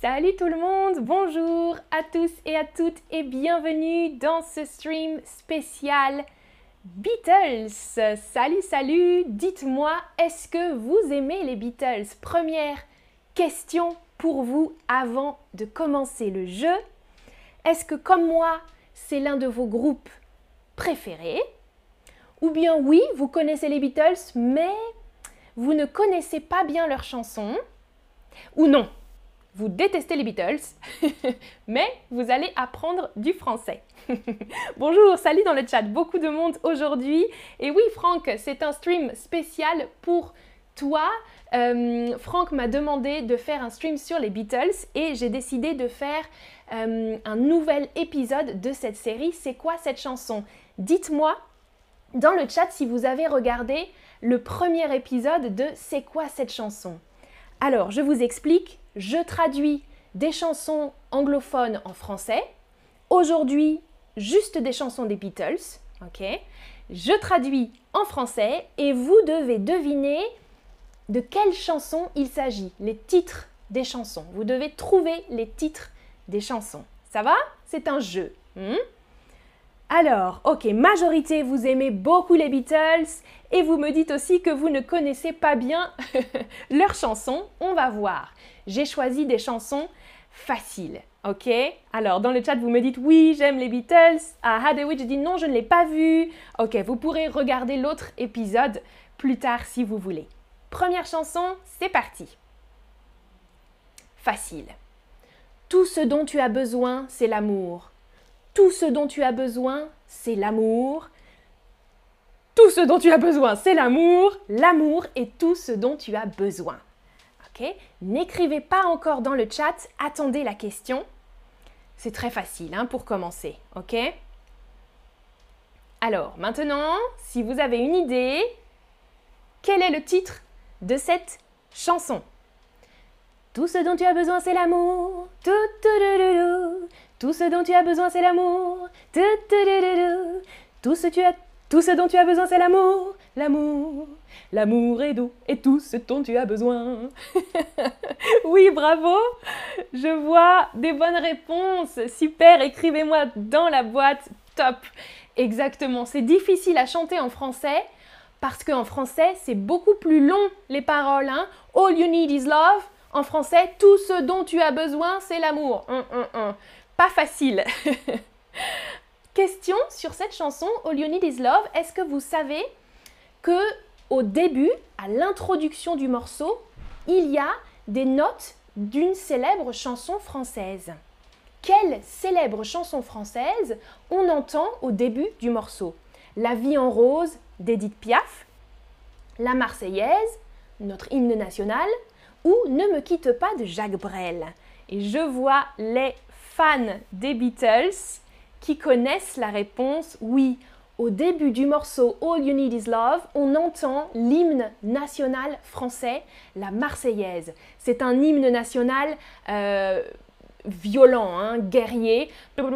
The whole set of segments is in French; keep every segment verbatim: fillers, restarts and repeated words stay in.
Salut tout le monde, bonjour à tous et à toutes et bienvenue dans ce stream spécial Beatles. Salut, salut, dites-moi, est-ce que vous aimez les Beatles? Première question pour vous avant de commencer le jeu. Est-ce que comme moi, c'est l'un de vos groupes préférés? Ou bien oui, vous connaissez les Beatles, mais vous ne connaissez pas bien leurs chansons? Ou non, vous détestez les Beatles, mais vous allez apprendre du français. Bonjour, salut dans le chat, beaucoup de monde aujourd'hui. Et oui, Franck, c'est un stream spécial pour toi. Euh, Franck m'a demandé de faire un stream sur les Beatles et j'ai décidé de faire euh, un nouvel épisode de cette série. C'est quoi cette chanson? Dites-moi dans le chat si vous avez regardé le premier épisode de C'est quoi cette chanson? Alors, je vous explique, je traduis des chansons anglophones en français. Aujourd'hui, juste des chansons des Beatles, ok? Je traduis en français et vous devez deviner de quelle chanson il s'agit, les titres des chansons. Vous devez trouver les titres des chansons. Ça va? C'est un jeu. Hmm? Alors, ok, majorité, vous aimez beaucoup les Beatles et vous me dites aussi que vous ne connaissez pas bien leurs chansons. On va voir. J'ai choisi des chansons faciles, ok? Alors, dans le chat, vous me dites oui, j'aime les Beatles. À Hadewit, je dis non, je ne l'ai pas vu. Ok, vous pourrez regarder l'autre épisode plus tard si vous voulez. Première chanson, c'est parti. Facile. Tout ce dont tu as besoin, c'est l'amour. Tout ce dont tu as besoin, c'est l'amour. Tout ce dont tu as besoin, c'est l'amour. L'amour est tout ce dont tu as besoin. Ok? N'écrivez pas encore dans le chat, attendez la question. C'est très facile hein, pour commencer. Ok? Alors, maintenant, si vous avez une idée, quel est le titre de cette chanson? Tout ce dont tu as besoin, c'est l'amour. Tout, tout, tout, tout, tout. Tout ce dont tu as besoin, c'est l'amour. Tout, tout, tout, tout, tout. Tout ce, tu as, tout ce dont tu as besoin, c'est l'amour. L'amour. L'amour est doux et tout ce dont tu as besoin. Oui, bravo. Je vois des bonnes réponses. Super, écrivez-moi dans la boîte. Top. Exactement. C'est difficile à chanter en français parce qu'en français, c'est beaucoup plus long les paroles. Hein. All you need is love. En français, tout ce dont tu as besoin, c'est l'amour. Hum, hum, hum. Pas facile. Question sur cette chanson, All You Need Is Love. Est-ce que vous savez que au début, à l'introduction du morceau, il y a des notes d'une célèbre chanson française? Quelle célèbre chanson française on entend au début du morceau? La vie en rose d'Édith Piaf, La Marseillaise, notre hymne national, ou Ne me quitte pas de Jacques Brel. Et je vois les fans des Beatles qui connaissent la réponse oui. Au début du morceau All You Need Is Love, on entend l'hymne national français, la Marseillaise. C'est un hymne national euh, violent, hein, guerrier.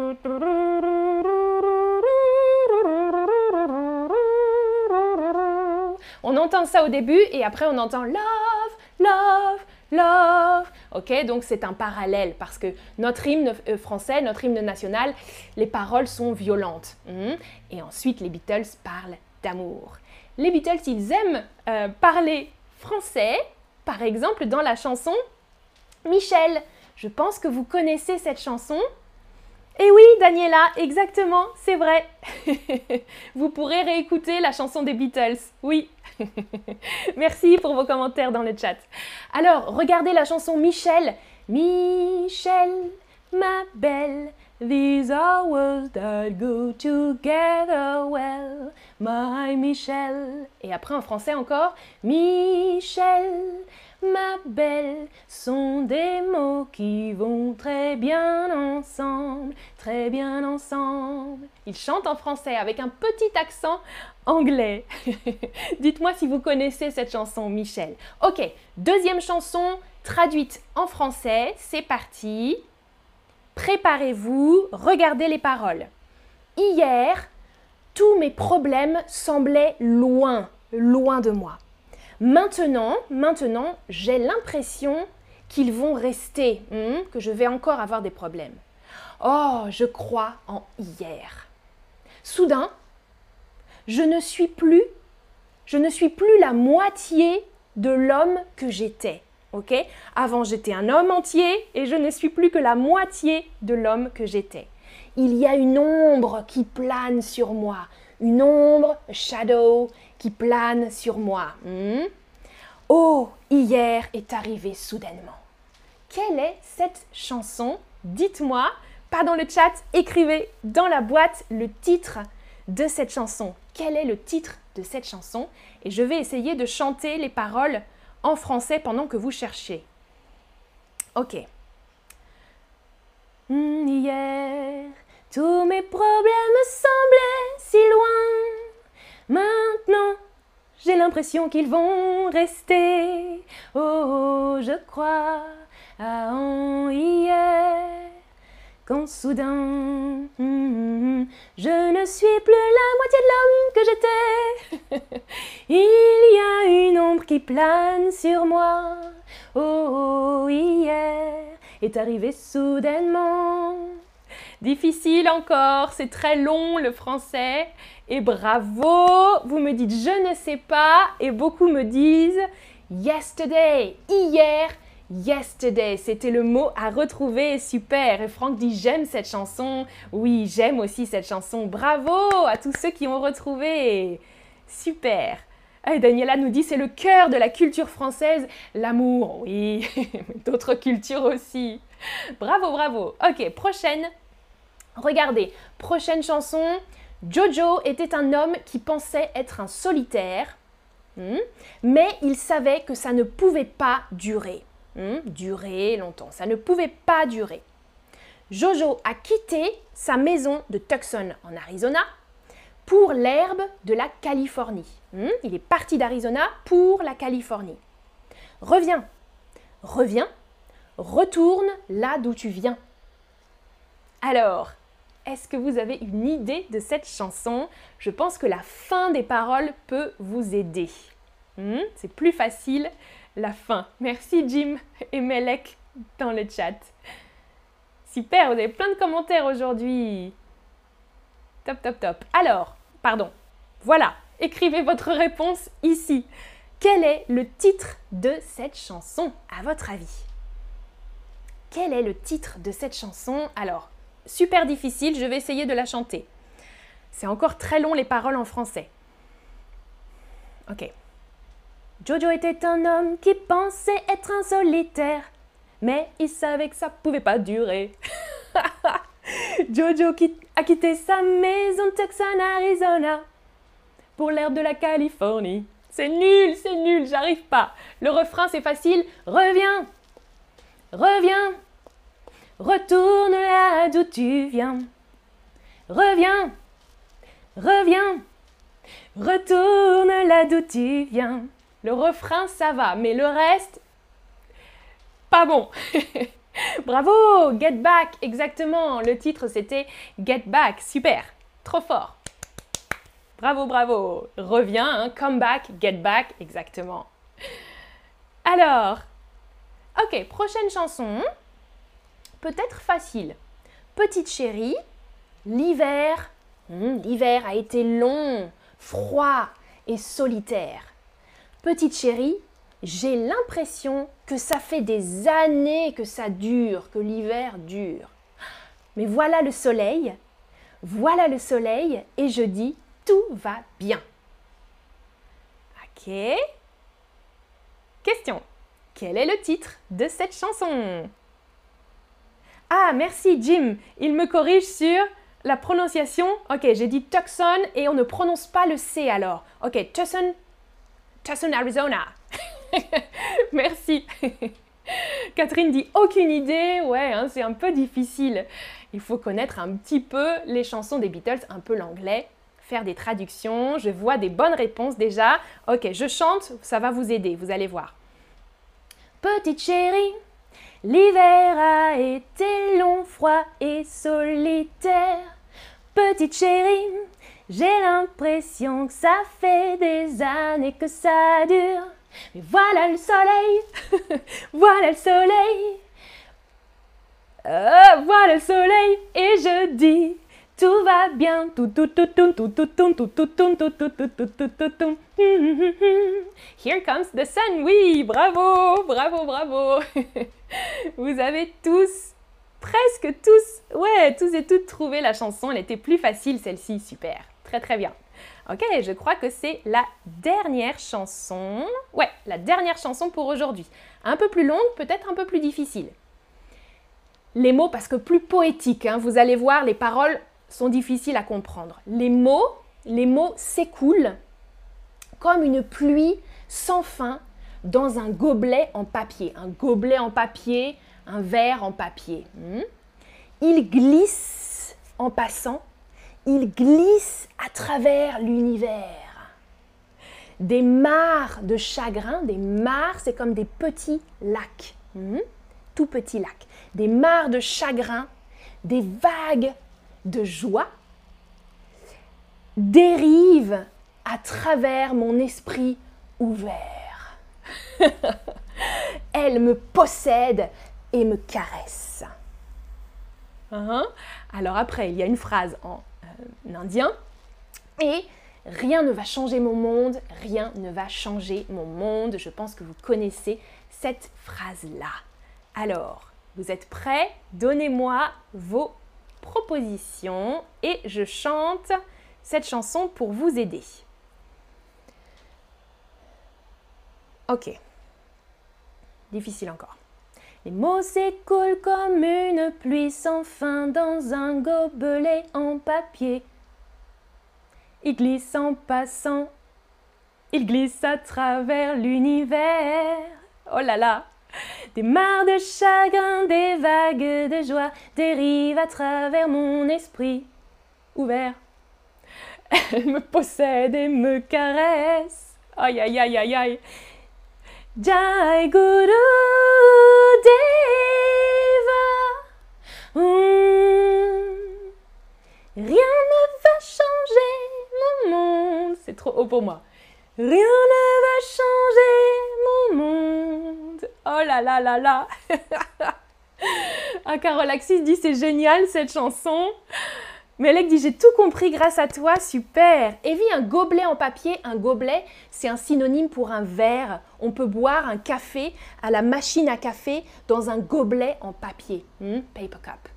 On entend ça au début et après on entend Love, Love, Love. Ok, donc c'est un parallèle parce que notre hymne français, notre hymne national, les paroles sont violentes. Mmh. Et ensuite, les Beatles parlent d'amour. Les Beatles, ils aiment euh, parler français, par exemple dans la chanson Michel. Je pense que vous connaissez cette chanson. Et oui, Daniela, exactement, c'est vrai. Vous pourrez réécouter la chanson des Beatles, oui. Merci pour vos commentaires dans le chat. Alors, regardez la chanson Michel. Michel, ma belle, these are words that go together well. My Michel. Et après en français encore. Michel, ma belle, sont des mots qui vont très bien ensemble, très bien ensemble. Il chante en français avec un petit accent anglais. Dites-moi si vous connaissez cette chanson, Michel. Ok, deuxième chanson traduite en français, c'est parti. Préparez-vous, regardez les paroles. Hier, tous mes problèmes semblaient loin, loin de moi. Maintenant, maintenant, j'ai l'impression qu'ils vont rester, hmm, que je vais encore avoir des problèmes. Oh, je crois en hier. Soudain, je ne suis plus, je ne suis plus la moitié de l'homme que j'étais. Ok? Avant, j'étais un homme entier et je ne suis plus que la moitié de l'homme que j'étais. Il y a une ombre qui plane sur moi. Une ombre, a shadow, qui plane sur moi. Hmm? Oh, hier est arrivé soudainement. Quelle est cette chanson? Dites-moi, pas dans le chat, écrivez dans la boîte le titre de cette chanson. Quel est le titre de cette chanson? Et je vais essayer de chanter les paroles en français pendant que vous cherchez. Ok. Hmm, hier, tous mes problèmes semblaient si loin. Maintenant, j'ai l'impression qu'ils vont rester. Oh, je crois à en hier. Quand soudain, mm, mm, je ne suis plus la moitié de l'homme que j'étais. Il y a une ombre qui plane sur moi. Oh, hier est arrivé soudainement. Difficile encore, c'est très long le français. Et bravo, vous me dites je ne sais pas et beaucoup me disent yesterday, hier. Yesterday, c'était le mot à retrouver, super. Et Franck dit j'aime cette chanson. Oui, j'aime aussi cette chanson. Bravo à tous ceux qui ont retrouvé. Super. Et Daniela nous dit c'est le cœur de la culture française, l'amour. Oui, d'autres cultures aussi. Bravo, bravo. Ok, prochaine. Regardez, prochaine chanson. Jojo était un homme qui pensait être un solitaire, hmm, mais il savait que ça ne pouvait pas durer. Hmm, durer longtemps, ça ne pouvait pas durer. Jojo a quitté sa maison de Tucson en Arizona pour l'herbe de la Californie. Hmm, il est parti d'Arizona pour la Californie. Reviens, reviens, retourne là d'où tu viens. Alors, est-ce que vous avez une idée de cette chanson? Je pense que la fin des paroles peut vous aider. Hmm, c'est plus facile la fin. Merci Jim et Melek dans le chat. Super, vous avez plein de commentaires aujourd'hui. Top, top, top. Alors, pardon, voilà, écrivez votre réponse ici. Quel est le titre de cette chanson, à votre avis? Quel est le titre de cette chanson? Alors, super difficile, je vais essayer de la chanter. C'est encore très long les paroles en français. Ok. Jojo était un homme qui pensait être un solitaire, mais il savait que ça pouvait pas durer. Jojo a quitté sa maison de Tucson, Arizona, pour l'herbe de la Californie. C'est nul, c'est nul, j'arrive pas. Le refrain c'est facile. Reviens, reviens, retourne là d'où tu viens. Reviens, reviens, retourne là d'où tu viens. Le refrain, ça va, mais le reste, pas bon. Bravo, Get Back, exactement. Le titre, c'était Get Back. Super, trop fort. Bravo, bravo. Reviens, hein, come back, get back, exactement. Alors, ok, prochaine chanson. Peut-être facile. Petite chérie, l'hiver, hmm, l'hiver a été long, froid et solitaire. Petite chérie, j'ai l'impression que ça fait des années que ça dure, que l'hiver dure. Mais voilà le soleil, voilà le soleil et je dis tout va bien. Ok. Question. Quel est le titre de cette chanson? Ah, merci Jim. Il me corrige sur la prononciation. Ok, j'ai dit Tucson et on ne prononce pas le C alors. Ok, Tucson, Tucson, Arizona. Merci. Catherine dit aucune idée. Ouais, hein, c'est un peu difficile. Il faut connaître un petit peu les chansons des Beatles, un peu l'anglais, faire des traductions. Je vois des bonnes réponses déjà. Ok, je chante, ça va vous aider, vous allez voir. Petite chérie, l'hiver a été long, froid et solitaire. Petite chérie, j'ai l'impression que ça fait des années que ça dure. Mais voilà le soleil, voilà le soleil. Euh, voilà le soleil et je dis tout va bien. Tout tout tout tout tout tout tout tout tout tout tout tout tout tout tout tout. Here comes the sun. Oui, bravo, bravo, bravo. Vous avez tous, presque tous, ouais, tous et toutes trouvé la chanson. Elle était plus facile celle-ci, super, très très bien. Ok, je crois que c'est la dernière chanson. Ouais, la dernière chanson pour aujourd'hui. Un peu plus longue, peut-être un peu plus difficile. Les mots, parce que plus poétique, hein, vous allez voir, les paroles sont difficiles à comprendre. Les mots, les mots s'écoulent comme une pluie sans fin dans un gobelet en papier. Un gobelet en papier, un verre en papier. Hmm. Ils glissent en passant, ils glissent à travers l'univers. Des mares de chagrin, des mares, c'est comme des petits lacs. Hmm. Tout petits lacs. Des mares de chagrin, des vagues de joie dérivent à travers mon esprit ouvert. Elle me possède et me caresse. Uh-huh. Alors après, il y a une phrase en euh, indien. Et rien ne va changer mon monde, rien ne va changer mon monde. Je pense que vous connaissez cette phrase-là. Alors, vous êtes prêts? Donnez-moi vos propositions et je chante cette chanson pour vous aider. Ok. Difficile encore. Les mots s'écoulent comme une pluie sans fin dans un gobelet en papier. Ils glissent en passant, ils glissent à travers l'univers. Oh là là! Des mares de chagrin, des vagues de joie dérivent à travers mon esprit ouvert. Elle me possède et me caresse. Aïe, aïe, aïe, aïe, aïe. Jai Guru Deva. Mmh. Rien ne va changer mon monde. C'est trop haut pour moi. Rien ne va changer mon monde. Oh là là là là. Ah, Carole Axis dit c'est génial cette chanson. Melek dit j'ai tout compris grâce à toi, super. Evie, un gobelet en papier, un gobelet, c'est un synonyme pour un verre. On peut boire un café à la machine à café dans un gobelet en papier. Hmm? Paper cup.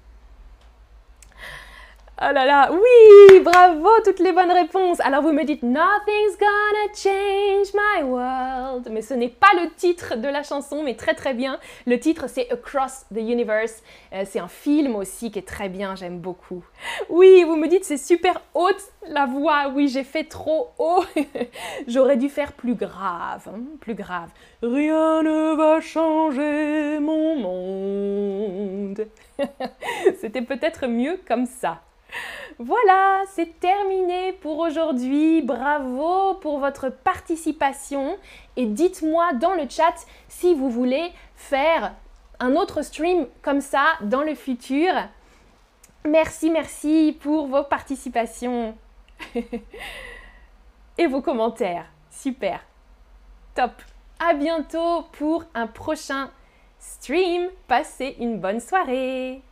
Oh là là, oui, bravo, toutes les bonnes réponses. Alors vous me dites « Nothing's gonna change my world ». Mais ce n'est pas le titre de la chanson, mais très très bien. Le titre c'est « Across the Universe euh, ». C'est un film aussi qui est très bien, j'aime beaucoup. Oui, vous me dites « C'est super haute la voix ». Oui, j'ai fait trop haut. J'aurais dû faire plus grave, hein, plus grave. « Rien ne va changer mon monde ». C'était peut-être mieux comme ça. Voilà, c'est terminé pour aujourd'hui. Bravo pour votre participation et dites-moi dans le chat si vous voulez faire un autre stream comme ça dans le futur. Merci, merci pour vos participations et vos commentaires. Super, top. À bientôt pour un prochain stream. Passez une bonne soirée.